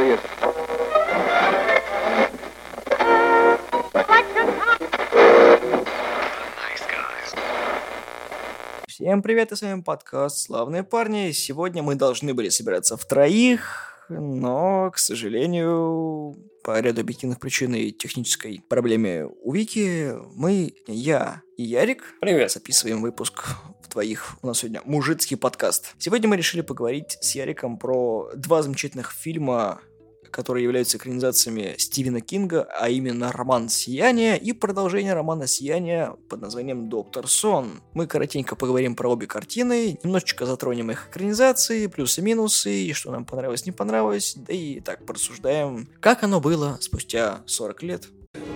serious. Всем привет, и с вами подкаст «Славные парни». Сегодня мы должны были собираться втроих, но, к сожалению, по ряду объективных причин и технической проблеме у Вики, я и Ярик, Привет. записываем выпуск твоих. У нас сегодня мужицкий подкаст. Сегодня мы решили поговорить с Яриком про два замечательных фильма, которые являются экранизациями Стивена Кинга, а именно роман «Сияние» и продолжение романа «Сияние» под названием «Доктор Сон». Мы коротенько поговорим про обе картины, немножечко затронем их экранизации, плюсы-минусы, и что нам понравилось, не понравилось, да и так порассуждаем, как оно было спустя 40 лет.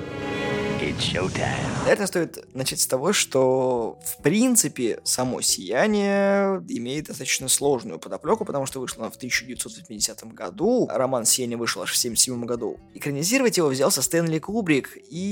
Наверное, стоит начать с того, что, в принципе, само «Сияние» имеет достаточно сложную подоплеку, потому что вышло оно в 1980 году, роман «Сияние» вышел аж в 1977 году. Экранизировать его взялся Стэнли Кубрик,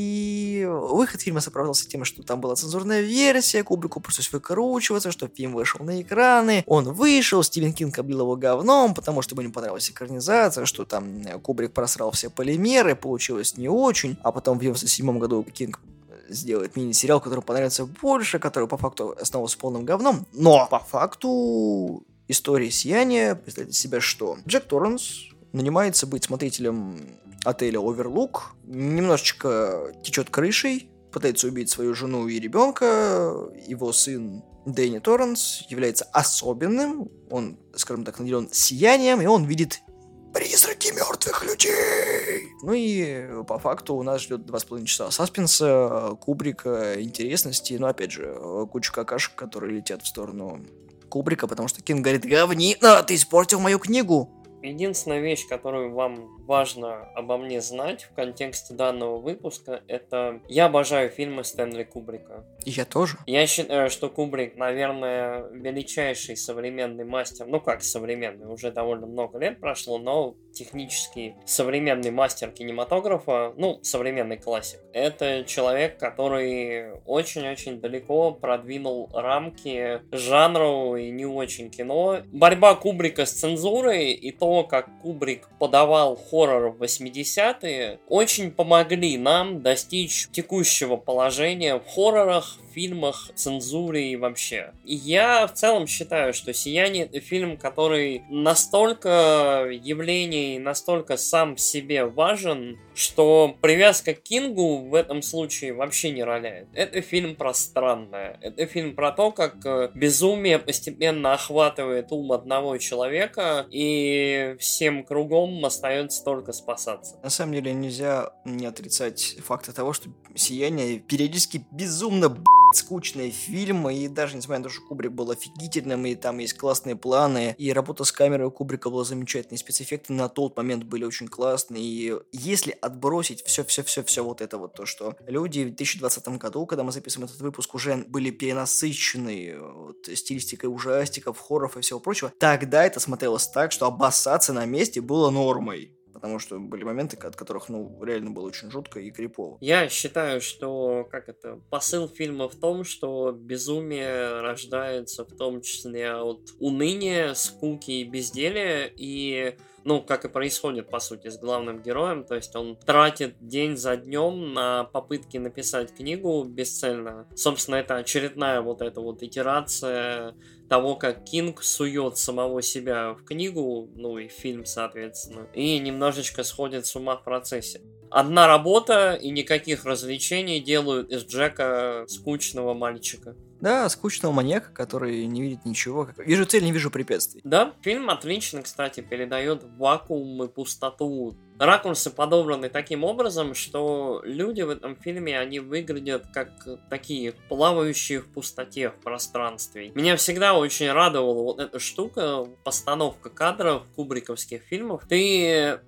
и выход фильма сопровождался тем, что там была цензурная версия, Кубрику пришлось выкручиваться, чтобы фильм вышел на экраны. Он вышел, Стивен Кинг облил его говном, потому что ему не понравилась экранизация, что там Кубрик просрал все полимеры, получилось не очень, а потом в 1997 году Кинг сделает мини-сериал, который понравится больше, который по факту основался полным говном, но по факту история «Сияния» представляет из себя что? Джек Торренс нанимается быть смотрителем отеля Оверлук, немножечко течет крышей, пытается убить свою жену и ребенка, его сын Дэнни Торренс является особенным, он, скажем так, наделен сиянием, и он видит призраки мертвых людей. Ну и по факту у нас ждет 2,5 часа саспенса, Кубрика, интересности, но опять же, куча какашек, которые летят в сторону Кубрика, потому что Кинг говорит: говнина, ты испортил мою книгу. Единственная вещь, которую вам важно обо мне знать в контексте данного выпуска, это я обожаю фильмы Стэнли Кубрика. Я тоже. Я считаю, что Кубрик, наверное, величайший современный мастер, ну как современный, уже довольно много лет прошло, но технически современный мастер кинематографа, ну, современный классик. Это человек, который очень-очень далеко продвинул рамки жанру и не очень кино. Борьба Кубрика с цензурой и то, как Кубрик подавал хоррор в 80-е, очень помогли нам достичь текущего положения в хоррорах, в фильмах, цензуре и вообще. И я в целом считаю, что «Сияние» — это фильм, который настолько явление и настолько сам в себе важен, что привязка к Кингу в этом случае вообще не роляет. Это фильм про странное. Это фильм про то, как безумие постепенно охватывает ум одного человека, и всем кругом остается только спасаться. На самом деле нельзя не отрицать факта того, что «Сияние» периодически безумно скучные фильмы, и даже несмотря на то, что Кубрик был офигительным, и там есть классные планы, и работа с камерой у Кубрика была замечательной, спецэффекты на тот момент были очень классные, и если отбросить все вот это вот, то, что люди в 2020 году, когда мы записываем этот выпуск, уже были перенасыщены вот, стилистикой ужастиков, хорроров и всего прочего, тогда это смотрелось так, что обоссаться на месте было нормой. Потому что были моменты, от которых, реально было очень жутко и крипово. Я считаю, что, посыл фильма в том, что безумие рождается в том числе от уныния, скуки и безделия, и как и происходит, по сути, с главным героем, то есть он тратит день за днем на попытки написать книгу бесцельно. Собственно, это очередная вот эта вот итерация того, как Кинг сует самого себя в книгу, и в фильм, соответственно, и немножечко сходит с ума в процессе. Одна работа и никаких развлечений делают из Джека скучного мальчика. Да, скучного маньяка, который не видит ничего. Вижу цель, не вижу препятствий. Да, фильм отлично, кстати, передает вакуум и пустоту. Ракурсы подобраны таким образом, что люди в этом фильме, они выглядят как такие плавающие в пустоте, в пространстве. Меня всегда очень радовала вот эта штука, постановка кадров кубриковских фильмов. Ты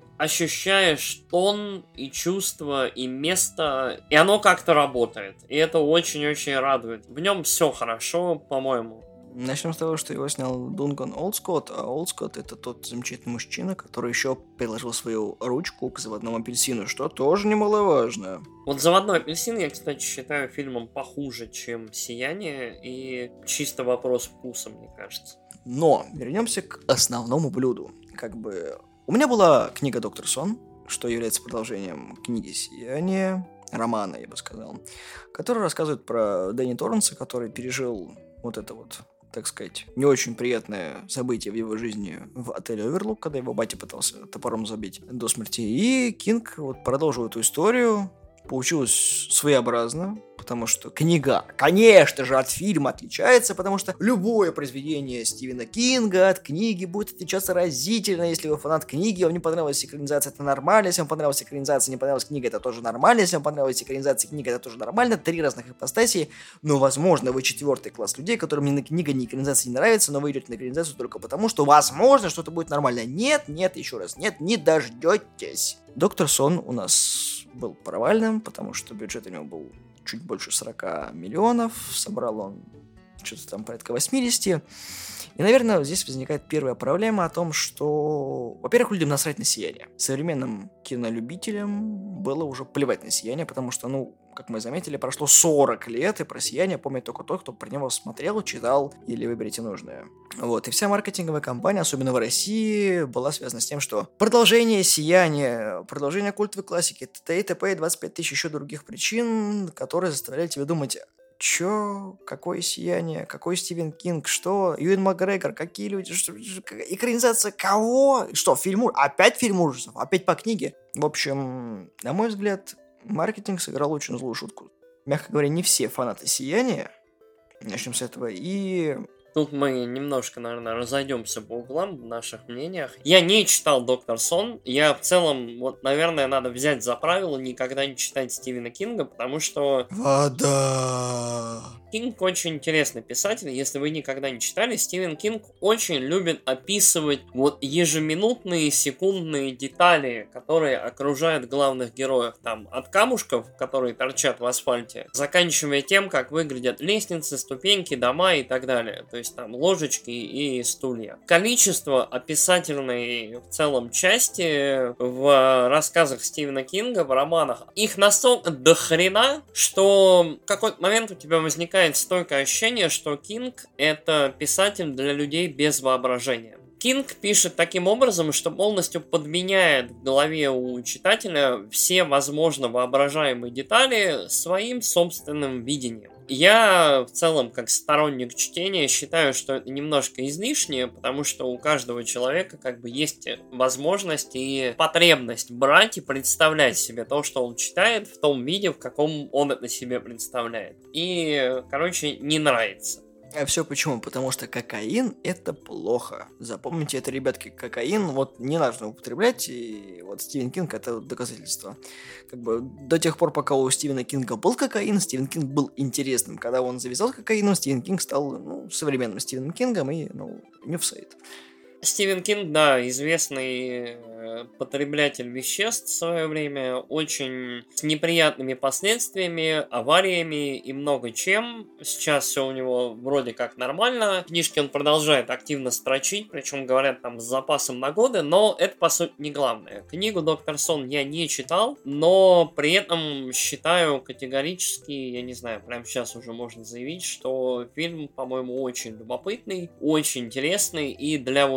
ощущаешь тон и чувство и место, и оно как-то работает. И это очень-очень радует. В нем все хорошо, по-моему. Начнем с того, что его снял Дунган Олдскотт, а Олдскотт — это тот замечательный мужчина, который еще приложил свою ручку к «Заводному апельсину», что тоже немаловажно. Вот «Заводной апельсин» я, кстати, считаю фильмом похуже, чем «Сияние», и чисто вопрос вкуса, мне кажется. Но вернемся к основному блюду. У меня была книга «Доктор Сон», что является продолжением книги «Сияние», романа, я бы сказал, который рассказывает про Дэнни Торренса, который пережил вот это вот, так сказать, не очень приятное событие в его жизни в отеле Оверлук, когда его батя пытался топором забить до смерти. И Кинг вот продолжил эту историю. Получилось своеобразно, потому что книга, конечно же, от фильма отличается, потому что любое произведение Стивена Кинга от книги будет отличаться разительно. Если вы фанат книги, вам не понравилась экранизация, это нормально. Если вам понравилась экранизация, не понравилась книга, это тоже нормально. Если вам понравилась экранизация книги, это тоже нормально. 3 разных ипостаси. Но, возможно, вы 4-й класс людей, которым ни книга, ни экранизация не нравится, но вы идете на экранизацию только потому, что, возможно, что-то будет нормально. Нет, еще раз, нет, не дождетесь. Доктор Сон у нас был провальным, потому что бюджет у него был чуть больше 40 миллионов, собрал он что-то там порядка 80. И, наверное, здесь возникает первая проблема о том, что, во-первых, людям насрать на «Сияние». Современным кинолюбителям было уже плевать на «Сияние», потому что, как мы заметили, прошло 40 лет, и про «Сияние» помнит только тот, кто про него смотрел, читал или выберите нужное. Вот, и вся маркетинговая кампания, особенно в России, была связана с тем, что продолжение «Сияния», продолжение культовой классики, т.д. и т.п. и 25 тысяч еще других причин, которые заставляли тебя думать: чё? Какое «Сияние»? Какой Стивен Кинг? Что? Юэн Макгрегор? Какие люди? Экранизация кого? Что, фильм? Опять фильм ужасов? Опять по книге? В общем, на мой взгляд, маркетинг сыграл очень злую шутку. Мягко говоря, не все фанаты «Сияния», начнем с этого, и... Тут мы немножко, наверное, разойдемся по углам в наших мнениях. Я не читал «Доктор Сон». Я в целом, наверное, надо взять за правило никогда не читать Стивена Кинга, потому что... Вода! Кинг очень интересный писатель. Если вы никогда не читали, Стивен Кинг очень любит описывать ежеминутные, секундные детали, которые окружают главных героев. Там от камушков, которые торчат в асфальте, заканчивая тем, как выглядят лестницы, ступеньки, дома и так далее. То есть там ложечки и стулья. Количество описательной в целом части в рассказах Стивена Кинга, в романах, их настолько дохрена, что в какой-то момент у тебя возникает стойкое ощущение, что Кинг — это писатель для людей без воображения. Кинг пишет таким образом, что полностью подменяет в голове у читателя все возможно воображаемые детали своим собственным видением. Я в целом, как сторонник чтения, считаю, что это немножко излишнее, потому что у каждого человека есть возможность и потребность брать и представлять себе то, что он читает, в том виде, в каком он это себе представляет. И, не нравится. А все почему? Потому что кокаин – это плохо. Запомните это, ребятки, кокаин не нужно употреблять, и Стивен Кинг – это доказательство. До тех пор, пока у Стивена Кинга был кокаин, Стивен Кинг был интересным. Когда он завязал кокаином, Стивен Кинг стал, современным Стивеном Кингом и, не в сайт. Стивен Кинг, да, известный потреблятель веществ в свое время, очень с неприятными последствиями, авариями и много чем. Сейчас все у него вроде как нормально. Книжки он продолжает активно строчить, причем, говорят, там с запасом на годы, но это, по сути, не главное. Книгу «Доктор Сон» я не читал, но при этом считаю категорически, я не знаю, прямо сейчас уже можно заявить, что фильм, по-моему, очень любопытный, очень интересный, и для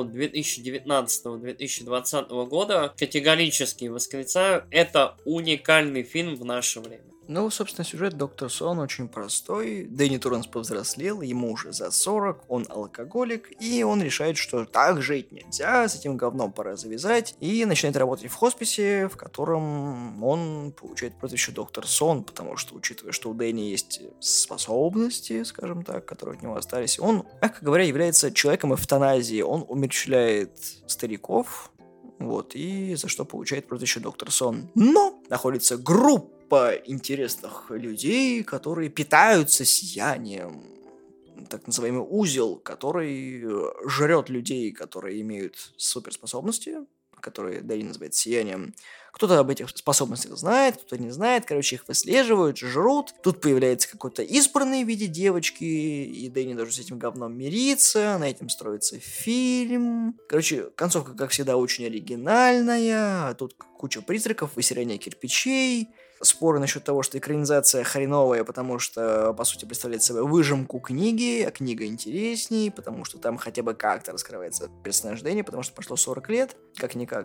2019-2020 года категорически восклицаю, это уникальный фильм в наше время. Собственно, сюжет «Доктор Сон» очень простой. Дэнни Торренс повзрослел, ему уже за 40, он алкоголик, и он решает, что так жить нельзя, с этим говном пора завязать, и начинает работать в хосписе, в котором он получает прозвище «Доктор Сон», потому что, учитывая, что у Дэнни есть способности, скажем так, которые от него остались, он, мягко говоря, является человеком эвтаназии, он умерщвляет стариков, и за что получает прозвище «Доктор Сон». Но находится группа интересных людей, которые питаются сиянием. Так называемый узел, который жрет людей, которые имеют суперспособности, которые Дэнни называет сиянием. Кто-то об этих способностях знает, кто-то не знает. Их выслеживают, жрут. Тут появляется какой-то избранный в виде девочки, и Дэнни должен с этим говном мириться. На этом строится фильм. концовка, как всегда, очень оригинальная. А тут куча призраков, высирание кирпичей. споры насчет того, что экранизация хреновая, потому что, по сути, представляет собой выжимку книги, а книга интересней, потому что там хотя бы как-то раскрывается персонаж Дэнни, потому что прошло 40 лет, как-никак,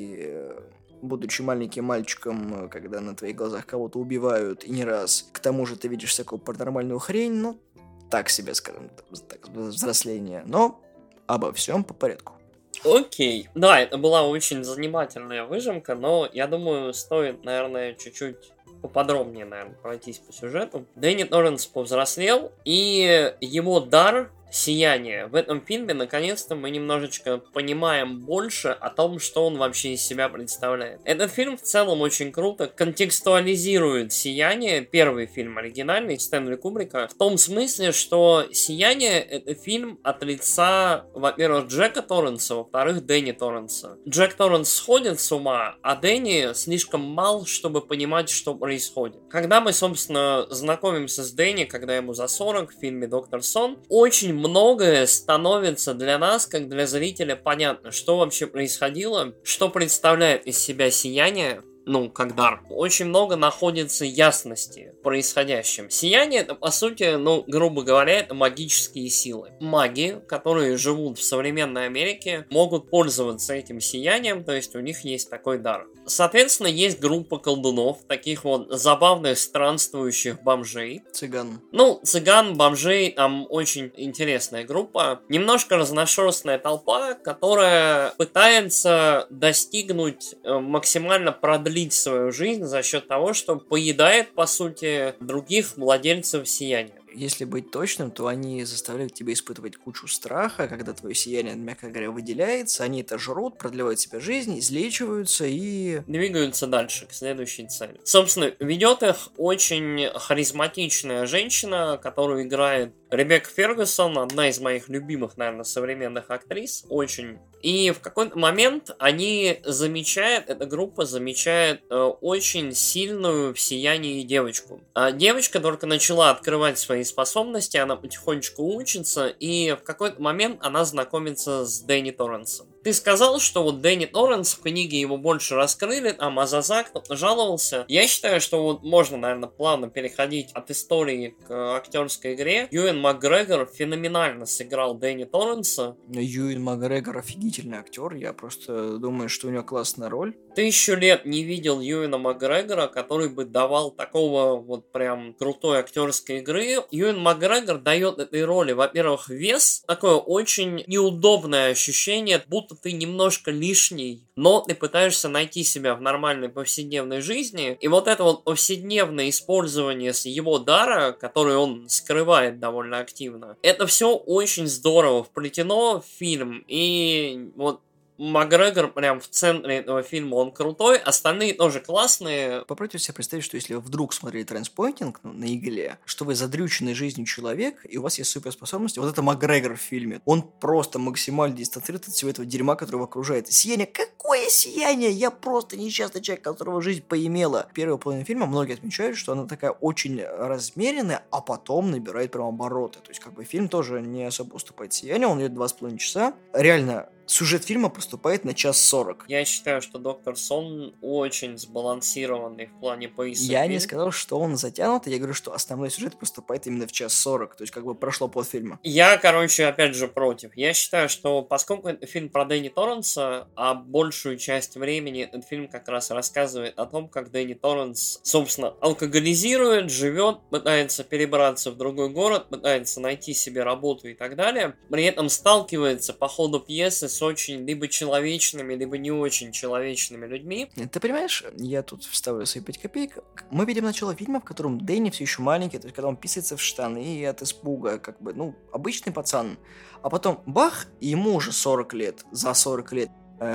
и будучи маленьким мальчиком, когда на твоих глазах кого-то убивают, и не раз, к тому же ты видишь всякую паранормальную хрень, ну, так себе, скажем так, взросление, но обо всем по порядку. Окей. Да, это была очень занимательная выжимка, но я думаю, стоит, наверное, чуть-чуть поподробнее, наверное, пройтись по сюжету. Дэнни Торренс повзрослел, и его дар сияние. В этом фильме, наконец-то, мы немножечко понимаем больше о том, что он вообще из себя представляет. Этот фильм в целом очень круто контекстуализирует «Сияние», первый фильм оригинальный Стэнли Кубрика, в том смысле, что «Сияние» — это фильм от лица, во-первых, Джека Торренса, во-вторых, Дэнни Торренса. Джек Торренс сходит с ума, а Дэнни слишком мал, чтобы понимать, что происходит. Когда мы, собственно, знакомимся с Дэнни, когда ему за 40 в фильме «Доктор Сон», очень многое становится для нас, как для зрителя, понятно, что вообще происходило, что представляет из себя «Сияние», ну, как дар. Очень много находится ясности в происходящем. Сияние — это, по сути, ну, грубо говоря, это магические силы. Маги, которые живут в современной Америке, могут пользоваться этим сиянием, то есть у них есть такой дар. Соответственно, есть группа колдунов, таких вот забавных странствующих бомжей. Цыган. Ну, цыган, бомжей, там очень интересная группа. Немножко разношерстная толпа, которая пытается достигнуть максимально продлить свою жизнь за счет того, что поедает, по сути, других владельцев сияния. Если быть точным, то они заставляют тебя испытывать кучу страха, когда твое сияние, мягко говоря, выделяется, они это жрут, продлевают себе жизнь, излечиваются и... двигаются дальше, к следующей цели. Собственно, ведет их очень харизматичная женщина, которую играет Ребекка Фергюсон, одна из моих любимых, наверное, современных актрис, очень. И в какой-то момент они замечают, эта группа замечает очень сильную в сиянии девочку. Девочка только начала открывать свои способности, она потихонечку учится, и в какой-то момент она знакомится с Дэнни Торренсом. Ты сказал, что вот Дэнни Торренс, в книге его больше раскрыли, там Азаза кто-то жаловался. Я считаю, что вот можно, наверное, плавно переходить от истории к актерской игре. Юэн Макгрегор феноменально сыграл Дэнни Торренса. Юэн Макгрегор офигительный актер, я просто думаю, что у него классная роль. 1000 лет не видел Юэна Макгрегора, который бы давал такого вот прям крутой актерской игры. Юэн Макгрегор дает этой роли, во-первых, вес, такое очень неудобное ощущение, будто ты немножко лишний, но ты пытаешься найти себя в нормальной повседневной жизни. И вот это вот повседневное использование с его дара, который он скрывает довольно активно, это все очень здорово вплетено в фильм. И вот Макгрегор прям в центре этого фильма, он крутой, остальные тоже классные. Попробуйте себе представить, что если вы вдруг смотрели Транспоинтинг на игле, что вы задрюченный жизнью человек, и у вас есть суперспособности, вот это Макгрегор в фильме. Он просто максимально дистанцирует от всего этого дерьма, которое его окружает. Сияние, какое сияние? Я просто несчастный человек, которого жизнь поимела. Первая половина фильма многие отмечают, что она такая очень размеренная, а потом набирает прям обороты. То есть как бы фильм тоже не особо уступает сиянию, он идет 2,5 часа. Реально, сюжет фильма проступает на 1:40. Я считаю, что Доктор Сон очень сбалансированный в плане пояса. Я не сказал, что он затянут, я говорю, что основной сюжет проступает именно в 1:40, то есть как бы прошло полфильма. Я, короче, опять же против. Я считаю, что поскольку это фильм про Дэнни Торренса, а большую часть времени этот фильм как раз рассказывает о том, как Дэнни Торренс, собственно, алкоголизирует, живет, пытается перебраться в другой город, пытается найти себе работу и так далее, при этом сталкивается по ходу пьесы с очень либо человечными, либо не очень человечными людьми. Ты понимаешь, я тут вставлю свои 5 копеек. Мы видим начало фильма, в котором Дэнни все еще маленький, то есть когда он писается в штаны от испуга, как бы, ну, обычный пацан. А потом бах, и ему уже 40 лет, за 40 лет.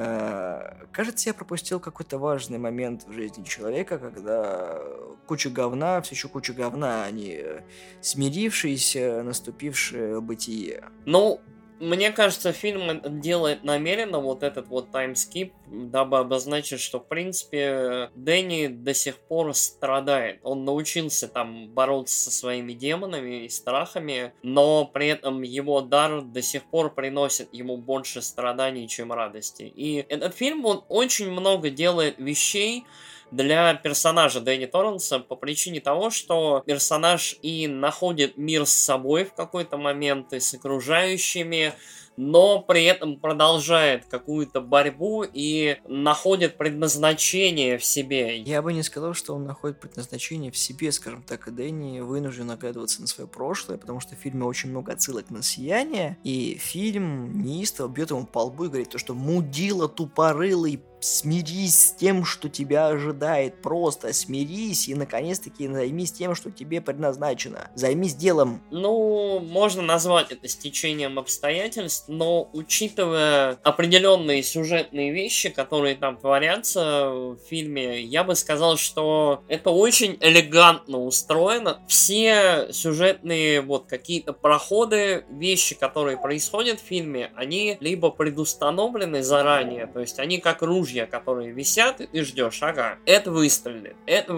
Кажется, я пропустил какой-то важный момент в жизни человека, когда куча говна, все еще куча говна, а не смирившееся, наступившее бытие. Ну, мне кажется, фильм это делает намеренно, вот этот вот таймскип, дабы обозначить, что, в принципе, Дэнни до сих пор страдает. Он научился там бороться со своими демонами и страхами, но при этом его дар до сих пор приносит ему больше страданий, чем радости. И этот фильм, он очень много делает вещей, для персонажа Дэнни Торренса по причине того, что персонаж и находит мир с собой в какой-то момент и с окружающими, но при этом продолжает какую-то борьбу и находит предназначение в себе. Я бы не сказал, что он находит предназначение в себе, скажем так, и Дэнни вынужден оглядываться на свое прошлое, потому что в фильме очень много отсылок на сияние, и фильм неистово бьет ему по лбу и говорит, что мудила тупорылый, смирись с тем, что тебя ожидает, просто смирись и наконец-таки займись тем, что тебе предназначено. Займись делом. Ну, можно назвать это стечением обстоятельств, но учитывая определенные сюжетные вещи, которые там творятся в фильме, я бы сказал, что это очень элегантно устроено. Все сюжетные вот какие-то проходы, вещи, которые происходят в фильме, они либо предустановлены заранее, то есть они как ружья, которые висят, и ты ждешь, ага, это выстрелит,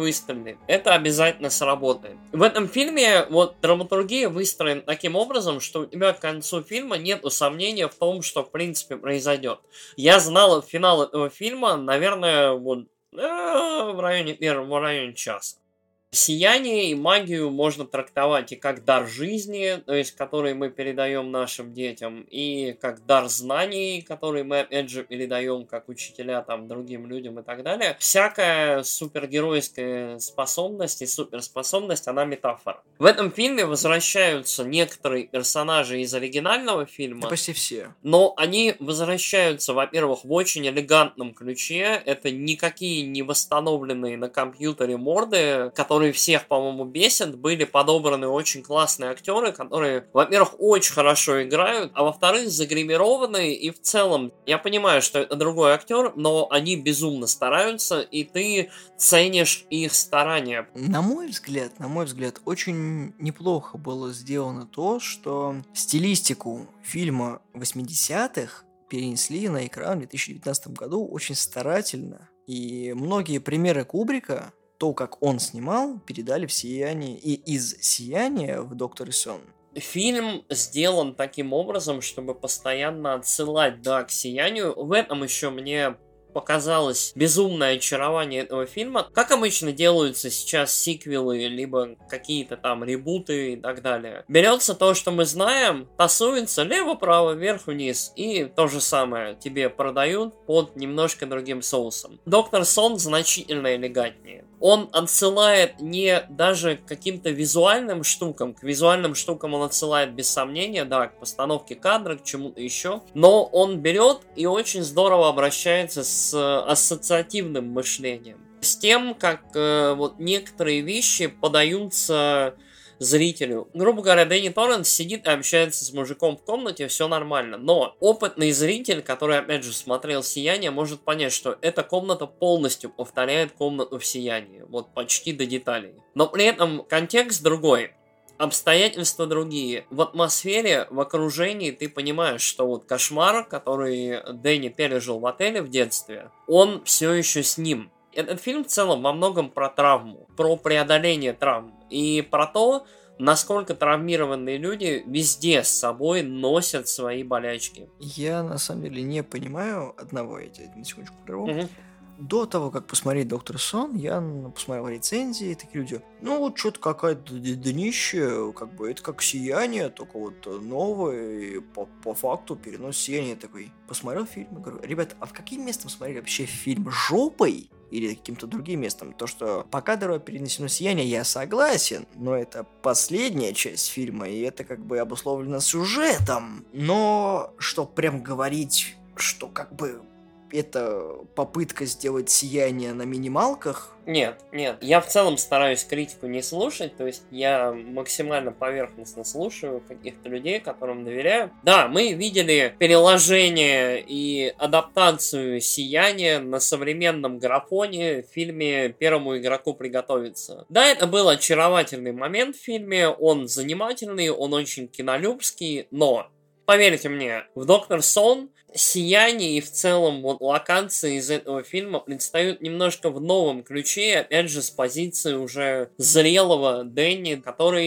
это обязательно сработает. В этом фильме вот драматургия выстроена таким образом, что у тебя к концу фильма нет сомнения в том, что в принципе произойдет. Я знал финал этого фильма, наверное, вот в районе часа. Сияние и магию можно трактовать и как дар жизни, то есть который мы передаем нашим детям, и как дар знаний, который мы опять же передаем как учителя там другим людям и так далее. Всякая супергеройская способность и суперспособность, она метафора. В этом фильме возвращаются некоторые персонажи из оригинального фильма. Да почти все. Но они возвращаются, во-первых, в очень элегантном ключе. Это никакие не восстановленные на компьютере морды, которые всех, по-моему, бесят. Были подобраны очень классные актеры, которые, во-первых, очень хорошо играют, а во-вторых, загримированные. И в целом, я понимаю, что это другой актер, но они безумно стараются, и ты ценишь их старания. На мой взгляд, очень неплохо было сделано то, что стилистику фильма 80-х перенесли на экран в 2019 году очень старательно. И многие примеры Кубрика, то, как он снимал, передали в «Сияние», и из «Сияния» в «Докторе Сон». Фильм сделан таким образом, чтобы постоянно отсылать, да, к «Сиянию». В этом еще мне показалось безумное очарование этого фильма. Как обычно делаются сейчас сиквелы, либо какие-то там ребуты и так далее. Берется то, что мы знаем, тасуется лево-право, вверх-вниз, и то же самое тебе продают под немножко другим соусом. Доктор Сон значительно элегантнее. Он отсылает не даже к каким-то визуальным штукам, к визуальным штукам он отсылает без сомнения, да, к постановке кадра, к чему-то еще, но он берет и очень здорово обращается с ассоциативным мышлением, с тем, как вот некоторые вещи подаются зрителю. Грубо говоря, Дэнни Торренс сидит и общается с мужиком в комнате, все нормально. Но опытный зритель, который, опять же, смотрел «Сияние», может понять, что эта комната полностью повторяет комнату в «Сиянии». Вот почти до деталей. Но при этом контекст другой. Обстоятельства другие. В атмосфере, в окружении ты понимаешь, что вот кошмар, который Дэнни пережил в отеле в детстве, он все еще с ним. Этот фильм в целом во многом про травму, про преодоление травм и про то, насколько травмированные люди везде с собой носят свои болячки. Я на самом деле не понимаю одного, я тебя на секундочку прерву. До того, как посмотреть «Доктор Сон», я посмотрел рецензии, такие люди, ну вот что-то какое-то днище, как бы это как «Сияние», только вот новое, и по факту перенос «Сияния». Такой, посмотрел фильм и говорю, ребята, а в каким местом смотрели вообще фильм, жопой? Или каким-то другим местом. То, что по кадрово перенесено «Сияние», я согласен, но это последняя часть фильма, и это как бы обусловлено сюжетом. Но что прям говорить, что как бы это попытка сделать «Сияние» на минималках? Нет. Я в целом стараюсь критику не слушать, то есть я максимально поверхностно слушаю каких-то людей, которым доверяю. Да, мы видели переложение и адаптацию «Сияния» на современном графоне в фильме «Первому игроку приготовиться». Да, это был очаровательный момент в фильме, он занимательный, он очень кинолюбский, но, поверьте мне, в «Доктор Сон» «Сияние» и в целом вот локации из этого фильма предстают немножко в новом ключе, опять же с позиции уже зрелого Дэнни, который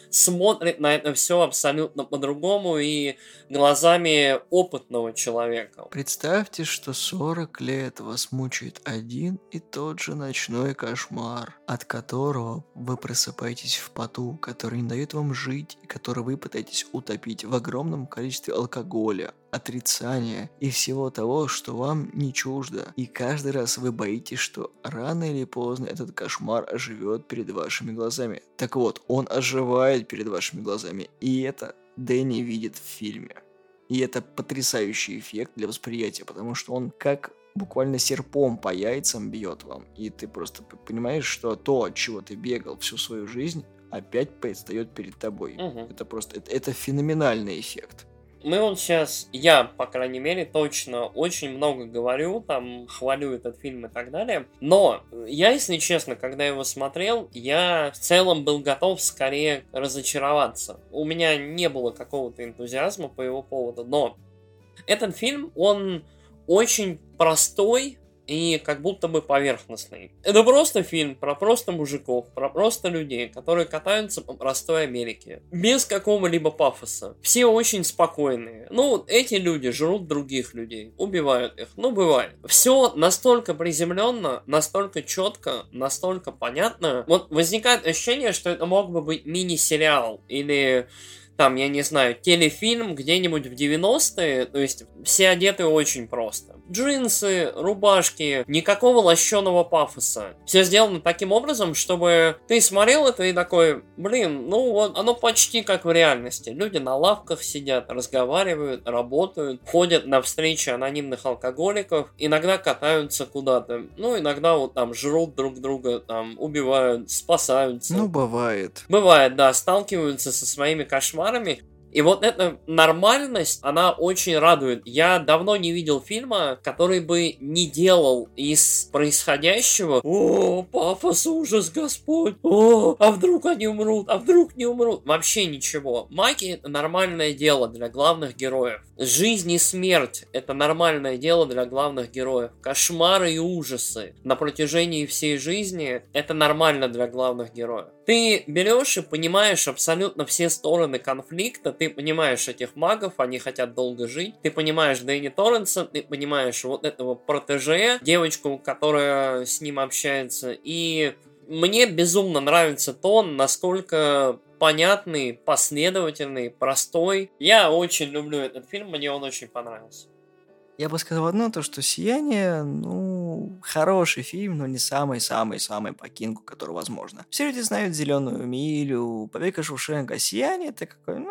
смотрит на это все абсолютно по-другому и глазами опытного человека. Представьте, что 40 лет вас мучает один и тот же ночной кошмар, от которого вы просыпаетесь в поту, который не дает вам жить и который вы пытаетесь утопить в огромном количестве алкоголя, отрицания и всего того, что вам не чуждо. И каждый раз вы боитесь, что рано или поздно этот кошмар оживет перед вашими глазами. Так вот, он оживает перед вашими глазами, и это Дэнни видит в фильме. И это потрясающий эффект для восприятия, потому что он как буквально серпом по яйцам бьет вам. И ты просто понимаешь, что то, от чего ты бегал всю свою жизнь, опять предстает перед тобой. Это просто, это феноменальный эффект. Мы вот сейчас, я, по крайней мере, точно очень много говорю, там, хвалю этот фильм и так далее, но я, если честно, когда его смотрел, я в целом был готов скорее разочароваться. У меня не было какого-то энтузиазма по его поводу, но этот фильм, он очень простой и как будто бы поверхностный. Это просто фильм про просто мужиков, про просто людей, которые катаются по простой Америке. Без какого-либо пафоса. Все очень спокойные. Ну, эти люди жрут других людей, убивают их. Ну, бывает. Все настолько приземленно, настолько четко, настолько понятно. Вот возникает ощущение, что это мог бы быть мини-сериал или... там, я не знаю, телефильм где-нибудь в 90-е, то есть все одеты очень просто. Джинсы, рубашки, никакого лощеного пафоса. Все сделано таким образом, чтобы ты смотрел это и такой, блин, ну вот оно почти как в реальности. Люди на лавках сидят, разговаривают, работают, ходят на встречи анонимных алкоголиков, иногда катаются куда-то, ну иногда вот там жрут друг друга, там убивают, спасаются. Ну, бывает. Бывает, да, сталкиваются со своими кошмарами. И вот эта нормальность, она очень радует. Я давно не видел фильма, который бы не делал из происходящего «О, пафос, ужас, Господь! О, а вдруг они умрут? А вдруг не умрут?» Вообще ничего. Магия — это нормальное дело для главных героев. Жизнь и смерть — это нормальное дело для главных героев. Кошмары и ужасы на протяжении всей жизни — это нормально для главных героев. Ты берешь и понимаешь абсолютно все стороны конфликта, ты понимаешь этих магов, они хотят долго жить, ты понимаешь Дэнни Торренса, ты понимаешь вот этого протеже, девочку, которая с ним общается, и мне безумно нравится то, насколько понятный, последовательный, простой. Я очень люблю этот фильм, мне он очень понравился. Я бы сказал одно, то что «Сияние», ну, хороший фильм, но не самый-самый-самый по Кингу, который возможно. Все люди знают «Зеленую милю», «Побег из Шоушенка», «Сияние» — это какой,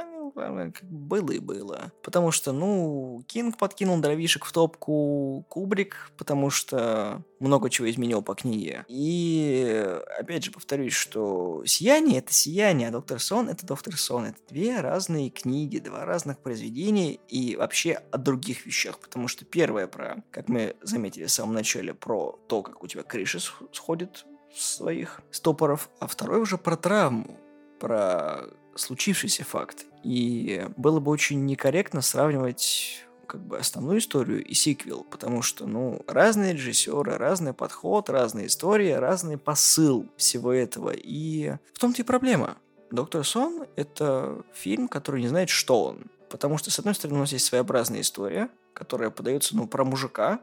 как было и было. Потому что, ну, Кинг подкинул дровишек в топку, Кубрик, потому что много чего изменил по книге. И, опять же, повторюсь, что «Сияние» — это «Сияние», а «Доктор Сон» — это «Доктор Сон». Это две разные книги, два разных произведения и вообще о других вещах. Потому что первое про, как мы заметили в самом начале, про то, как у тебя крыша сходит с своих стопоров, а второй уже про травму, про случившийся факт. И было бы очень некорректно сравнивать как бы основную историю и сиквел, потому что, ну, разные режиссеры, разный подход, разные истории, разный посыл всего этого. И в том-то и проблема. «Доктор Сон» — это фильм, который не знает, что он. Потому что, с одной стороны, у нас есть своеобразная история, которая подается, ну, про мужика,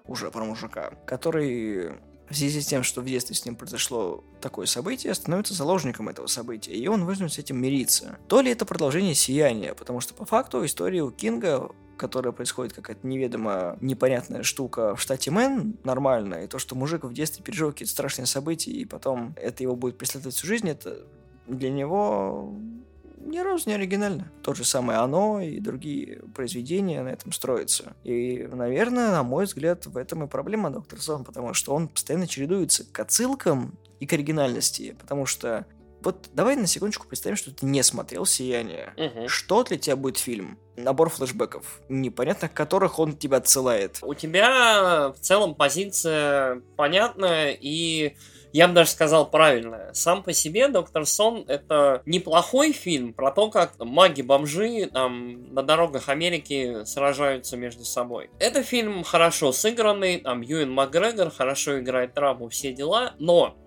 который в связи с тем, что в детстве с ним произошло такое событие, становится заложником этого события, и он вынужден с этим мириться. То ли это продолжение «Сияния», потому что, по факту, история у Кинга, которая происходит какая-то неведомая, непонятная штука в штате Мэн, нормальная, и то, что мужик в детстве пережил какие-то страшные события, и потом это его будет преследовать всю жизнь, это для него ни разу не оригинально. То же самое «Оно» и другие произведения на этом строятся. И, наверное, на мой взгляд, в этом и проблема «Доктор Сон», потому что он постоянно чередуется к отсылкам и к оригинальности, потому что вот давай на секундочку представим, что ты не смотрел «Сияние». Что для тебя будет фильм? Набор флешбеков, непонятно, к которых он тебя отсылает. У тебя в целом позиция понятная и, я бы даже сказал, правильная. Сам по себе «Доктор Сон» — это неплохой фильм про то, как маги-бомжи там на дорогах Америки сражаются между собой. Это фильм хорошо сыгранный, там Юэн Макгрегор хорошо играет травму, все дела, но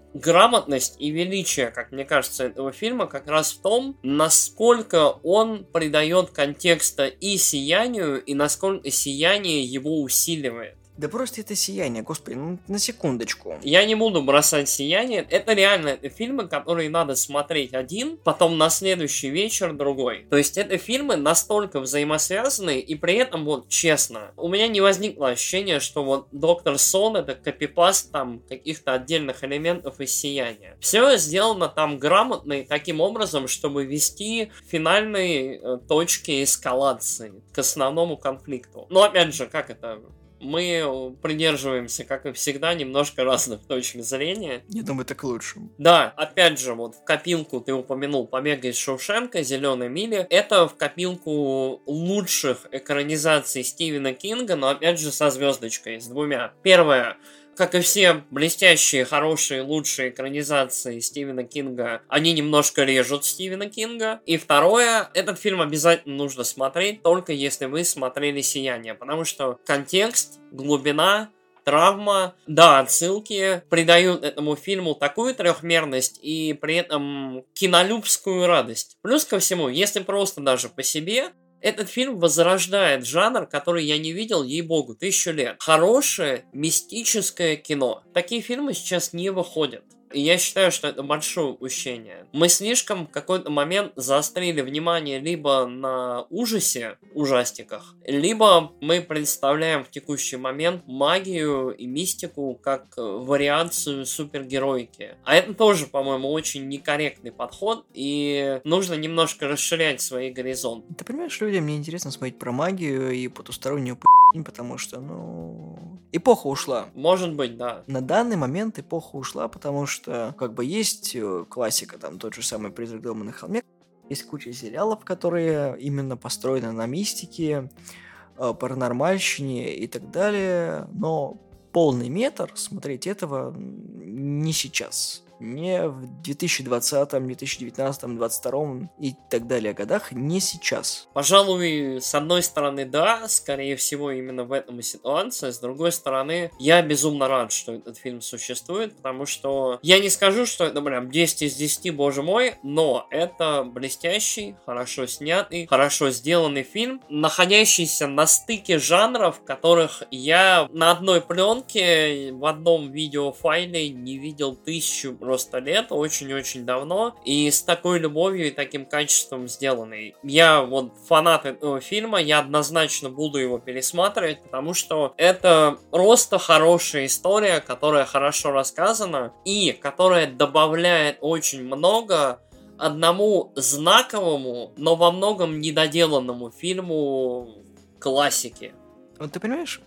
грамотность и величие, как мне кажется, этого фильма как раз в том, насколько он придает контекста и сиянию, и насколько сияние его усиливает. Да просто это «Сияние», господи, ну на секундочку. Я не буду бросать «Сияние». Это реально фильмы, которые надо смотреть один, потом на следующий вечер другой. То есть это фильмы настолько взаимосвязанные, и при этом, вот честно, у меня не возникло ощущения, что вот «Доктор Сон» это копипаст там каких-то отдельных элементов из «Сияния». Все сделано там грамотно и таким образом, чтобы вести финальные точки эскалации к основному конфликту. Но опять же, как это... Мы придерживаемся, как и всегда, немножко разных точек зрения. Я думаю, это к лучшему. Да, опять же, вот в копилку ты упомянул «Побег из Шоушенка», «Зеленой мили». Это в копилку лучших экранизаций Стивена Кинга, но опять же со звездочкой, с двумя. Первое. Как и все блестящие, хорошие, лучшие экранизации Стивена Кинга, они немножко режут Стивена Кинга. И второе, этот фильм обязательно нужно смотреть, только если вы смотрели «Сияние», потому что контекст, глубина, травма, да, отсылки придают этому фильму такую трехмерность и при этом кинолюбскую радость. Плюс ко всему, если просто даже по себе, этот фильм возрождает жанр, который я не видел, ей-богу, 1000 лет. Хорошее мистическое кино. Такие фильмы сейчас не выходят. И я считаю, что это большое упущение. Мы слишком в какой-то момент заострили внимание либо на ужасе, ужастиках, либо мы представляем в текущий момент магию и мистику как вариацию супергероики. А это тоже, по-моему, очень некорректный подход, и нужно немножко расширять свои горизонты. Ты понимаешь, людям мне интересно смотреть про магию и потустороннюю потому что, эпоха ушла. Может быть, да. На данный момент эпоха ушла, потому что, есть классика, там, тот же самый «Призрак дома на холме», есть куча сериалов, которые именно построены на мистике, паранормальщине и так далее, но полный метр смотреть этого не сейчас. Не в 2020, 2019, 2022 и так далее годах, не сейчас. Пожалуй, с одной стороны, да, скорее всего, именно в этом и ситуация. С другой стороны, я безумно рад, что этот фильм существует, потому что я не скажу, что это прям 10 из 10, боже мой, но это блестящий, хорошо снятый, хорошо сделанный фильм, находящийся на стыке жанров, которых я на одной пленке в одном видеофайле не видел 1000 просто лет, очень-очень давно, и с такой любовью и таким качеством сделанный. Я вот фанат этого фильма, я однозначно буду его пересматривать, потому что это просто хорошая история, которая хорошо рассказана и которая добавляет очень много одному знаковому, но во многом недоделанному фильму классики. Вот ты понимаешь,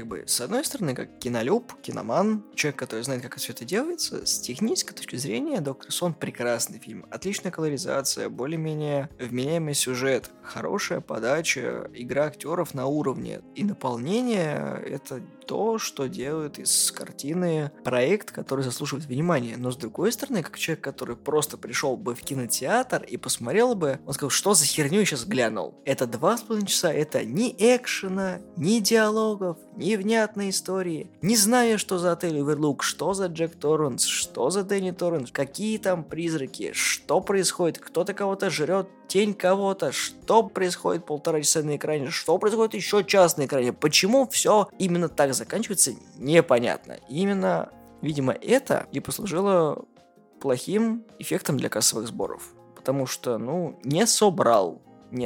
с одной стороны, как кинолюб, киноман, человек, который знает, как все это делается, с технической точки зрения «Доктор Сон» прекрасный фильм. Отличная колоризация, более-менее вменяемый сюжет, хорошая подача, игра актеров на уровне. И наполнение — это то, что делает из картины проект, который заслуживает внимания. Но с другой стороны, как человек, который просто пришел бы в кинотеатр и посмотрел бы, он сказал, что за херню я сейчас глянул. Это 2,5 часа, это ни экшена, ни диалогов, ни внятной истории. Не знаю, что за отель Оверлук, что за Джек Торренс, что за Дэнни Торренс, какие там призраки, что происходит, кто-то кого-то жрет, тень кого-то, что происходит 1,5 часа на экране, что происходит еще час на экране, почему все именно так заканчивается, непонятно. Именно, видимо, это и послужило плохим эффектом для кассовых сборов, потому что, не собрал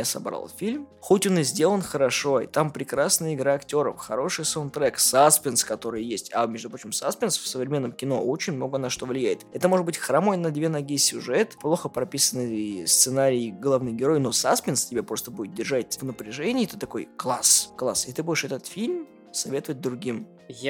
фильм, хоть он и сделан хорошо, и там прекрасная игра актеров, хороший саундтрек, саспенс, который есть. А, между прочим, саспенс в современном кино очень много на что влияет. Это может быть хромой на 2 ноги сюжет, плохо прописанный сценарий, главный герой, но саспенс тебя просто будет держать в напряжении, и ты такой, класс, и ты будешь этот фильм советовать другим.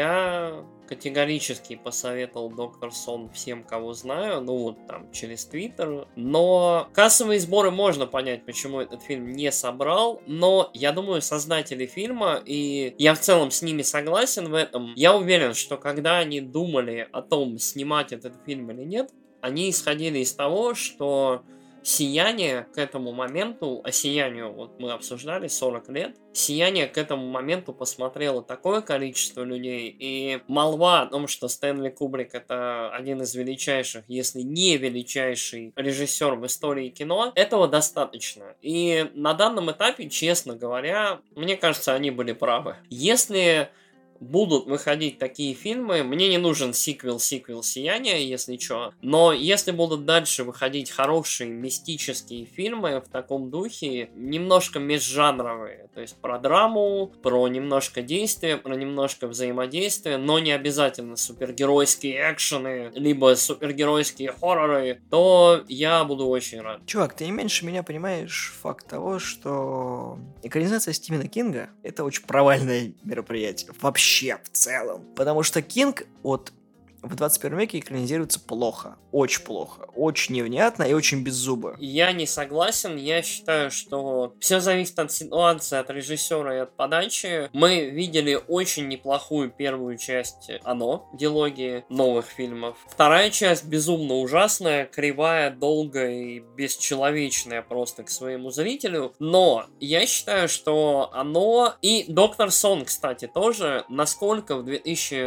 Я категорически посоветовал «Доктор Сон» всем, кого знаю, через Твиттер. Но кассовые сборы можно понять, почему этот фильм не собрал, но я думаю, создатели фильма, и я в целом с ними согласен в этом, я уверен, что когда они думали о том, снимать этот фильм или нет, они исходили из того, что «Сияние» к этому моменту, а «Сиянию» вот мы обсуждали 40 лет, «Сияние» к этому моменту посмотрело такое количество людей, и молва о том, что Стэнли Кубрик — это один из величайших, если не величайший режиссер в истории кино, этого достаточно. И на данном этапе, честно говоря, мне кажется, они были правы. Если будут выходить такие фильмы, мне не нужен сиквел «Сияния», если что, но если будут дальше выходить хорошие мистические фильмы в таком духе, немножко межжанровые, то есть про драму, про немножко действия, про немножко взаимодействия, но не обязательно супергеройские экшены, либо супергеройские хорроры, то я буду очень рад. Чувак, ты не меньше меня понимаешь факт того, что экранизация Стивена Кинга — это очень провальное мероприятие. Вообще, в целом. Потому что Кинг в 21 веке экранизируется плохо. Очень плохо. Очень невнятно и очень беззубо. Я не согласен. Я считаю, что все зависит от ситуации, от режиссера и от подачи. Мы видели очень неплохую первую часть «Оно», дилогии новых фильмов. Вторая часть безумно ужасная, кривая, долгая и бесчеловечная просто к своему зрителю. Но я считаю, что «Оно» и «Доктор Сон», кстати, тоже, насколько в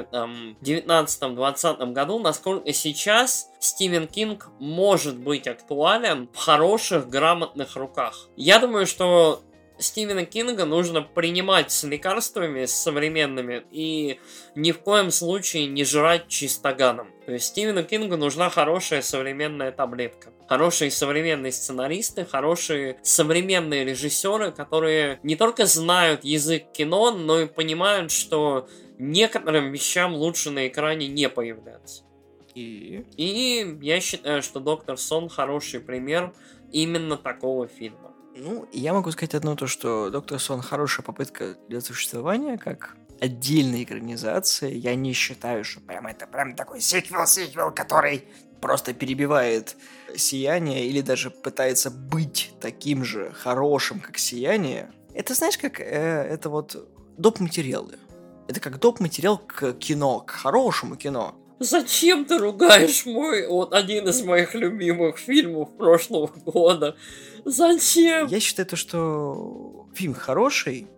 2019-2020 году, насколько сейчас Стивен Кинг может быть актуален в хороших, грамотных руках. Я думаю, что Стивена Кинга нужно принимать с лекарствами, с современными, и ни в коем случае не жрать чистоганом. То есть Стивену Кингу нужна хорошая современная таблетка. Хорошие современные сценаристы, хорошие современные режиссеры, которые не только знают язык кино, но и понимают, что некоторым вещам лучше на экране не появляться. И я считаю, что «Доктор Сон» хороший пример именно такого фильма. Ну, я могу сказать одно то, что «Доктор Сон» хорошая попытка для существования, как отдельной экранизации. Я не считаю, что это прям такой сиквел, который просто перебивает «Сияние» или даже пытается быть таким же хорошим, как «Сияние». Это, знаешь, как это вот доп. Материалы. Это как доп. Материал к кино, к хорошему кино. Зачем ты ругаешь один из моих любимых фильмов прошлого года? Зачем? Я считаю, что фильм хороший,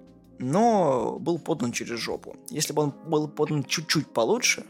но был подан через жопу. Если бы он был подан чуть получше,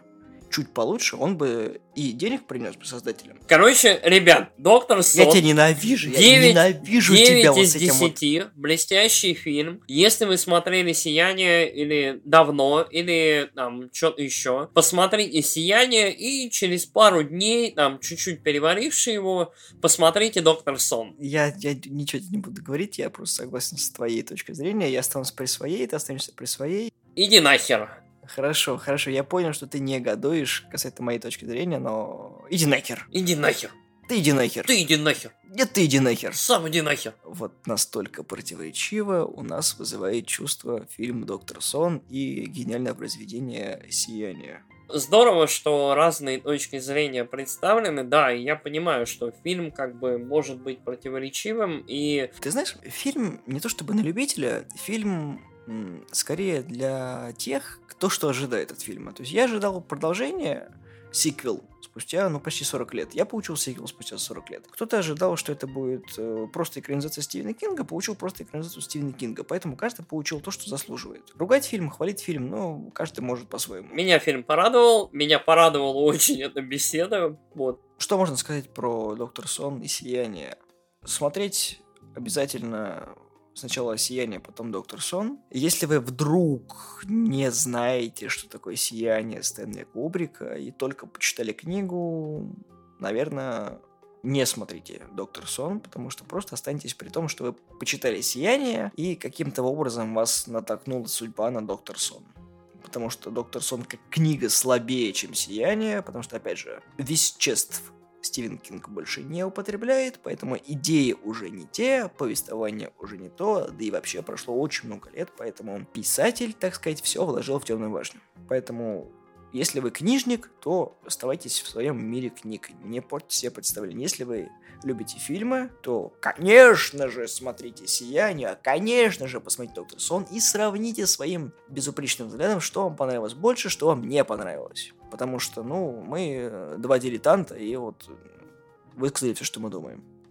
он бы и денег принес бы создателям. Короче, ребят, «Доктор Сон». Я тебя ненавижу, я ненавижу тебя вот с этим 9 из 10, блестящий фильм. Если вы смотрели «Сияние» или давно, или там что-то еще, посмотрите «Сияние» и через пару дней, там, чуть-чуть переваривши его, посмотрите «Доктор Сон». Я ничего не буду говорить, я просто согласен с твоей точкой зрения. Я останусь при своей, ты останешься при своей. Иди нахер. Хорошо, я понял, что ты негодуешь касательно моей точки зрения, но... Иди нахер. Иди нахер. Ты иди нахер. Ты иди нахер. Нет, ты иди нахер. Сам иди нахер. Вот настолько противоречиво у нас вызывает чувство фильм «Доктор Сон» и гениальное произведение «Сияние». Здорово, что разные точки зрения представлены, да, и я понимаю, что фильм как бы может быть противоречивым, и... Ты знаешь, фильм не то чтобы на любителя, фильм скорее для тех, кто что ожидает от фильма. То есть я ожидал продолжения, сиквел, спустя, почти 40 лет. Я получил сиквел спустя 40 лет. Кто-то ожидал, что это будет просто экранизация Стивена Кинга, получил просто экранизацию Стивена Кинга. Поэтому каждый получил то, что заслуживает. Ругать фильм, хвалить фильм, каждый может по-своему. Меня фильм порадовал. Меня порадовала очень эта беседа. Вот. Что можно сказать про «Доктор Сон» и «Сияние»? Смотреть обязательно сначала «Сияние», потом «Доктор Сон». Если вы вдруг не знаете, что такое «Сияние» Стэнли Кубрика и только почитали книгу, наверное, не смотрите «Доктор Сон», потому что просто останетесь при том, что вы почитали «Сияние» и каким-то образом вас натолкнула судьба на «Доктор Сон». Потому что «Доктор Сон» как книга слабее, чем «Сияние», потому что, опять же, веществ Стивен Кинг больше не употребляет, поэтому идеи уже не те, повествование уже не то, да и вообще прошло очень много лет, поэтому писатель, так сказать, все вложил в «Темную башню». Поэтому, если вы книжник, то оставайтесь в своем мире книг, не портите себе представление. Если вы любите фильмы, то, конечно же, смотрите «Сияние», конечно же, посмотрите «Доктор Сон» и сравните своим безупречным взглядом, что вам понравилось больше, что вам не понравилось. Потому что, мы два дилетанта, и вот высказали все, что мы думаем.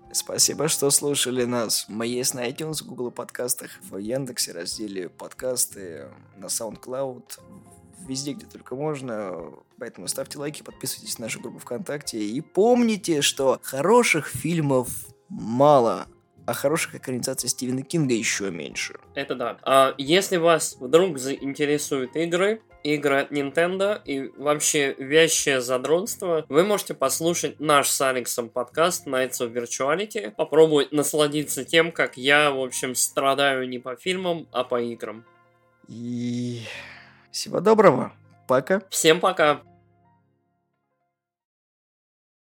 Спасибо, что слушали нас. Мы есть на iTunes, в Google подкастах, в Яндексе, разделе подкасты, на SoundCloud, везде, где только можно. Поэтому ставьте лайки, подписывайтесь на нашу группу ВКонтакте. И помните, что хороших фильмов мало, а хороших экранизаций Стивена Кинга еще меньше. Это да. А если вас вдруг заинтересуют игры от Nintendo и вообще вещее задротство, вы можете послушать наш с Алексом подкаст Nights of Virtuality, попробовать насладиться тем, как я, в общем, страдаю не по фильмам, а по играм. И всего доброго. Пока. Всем пока!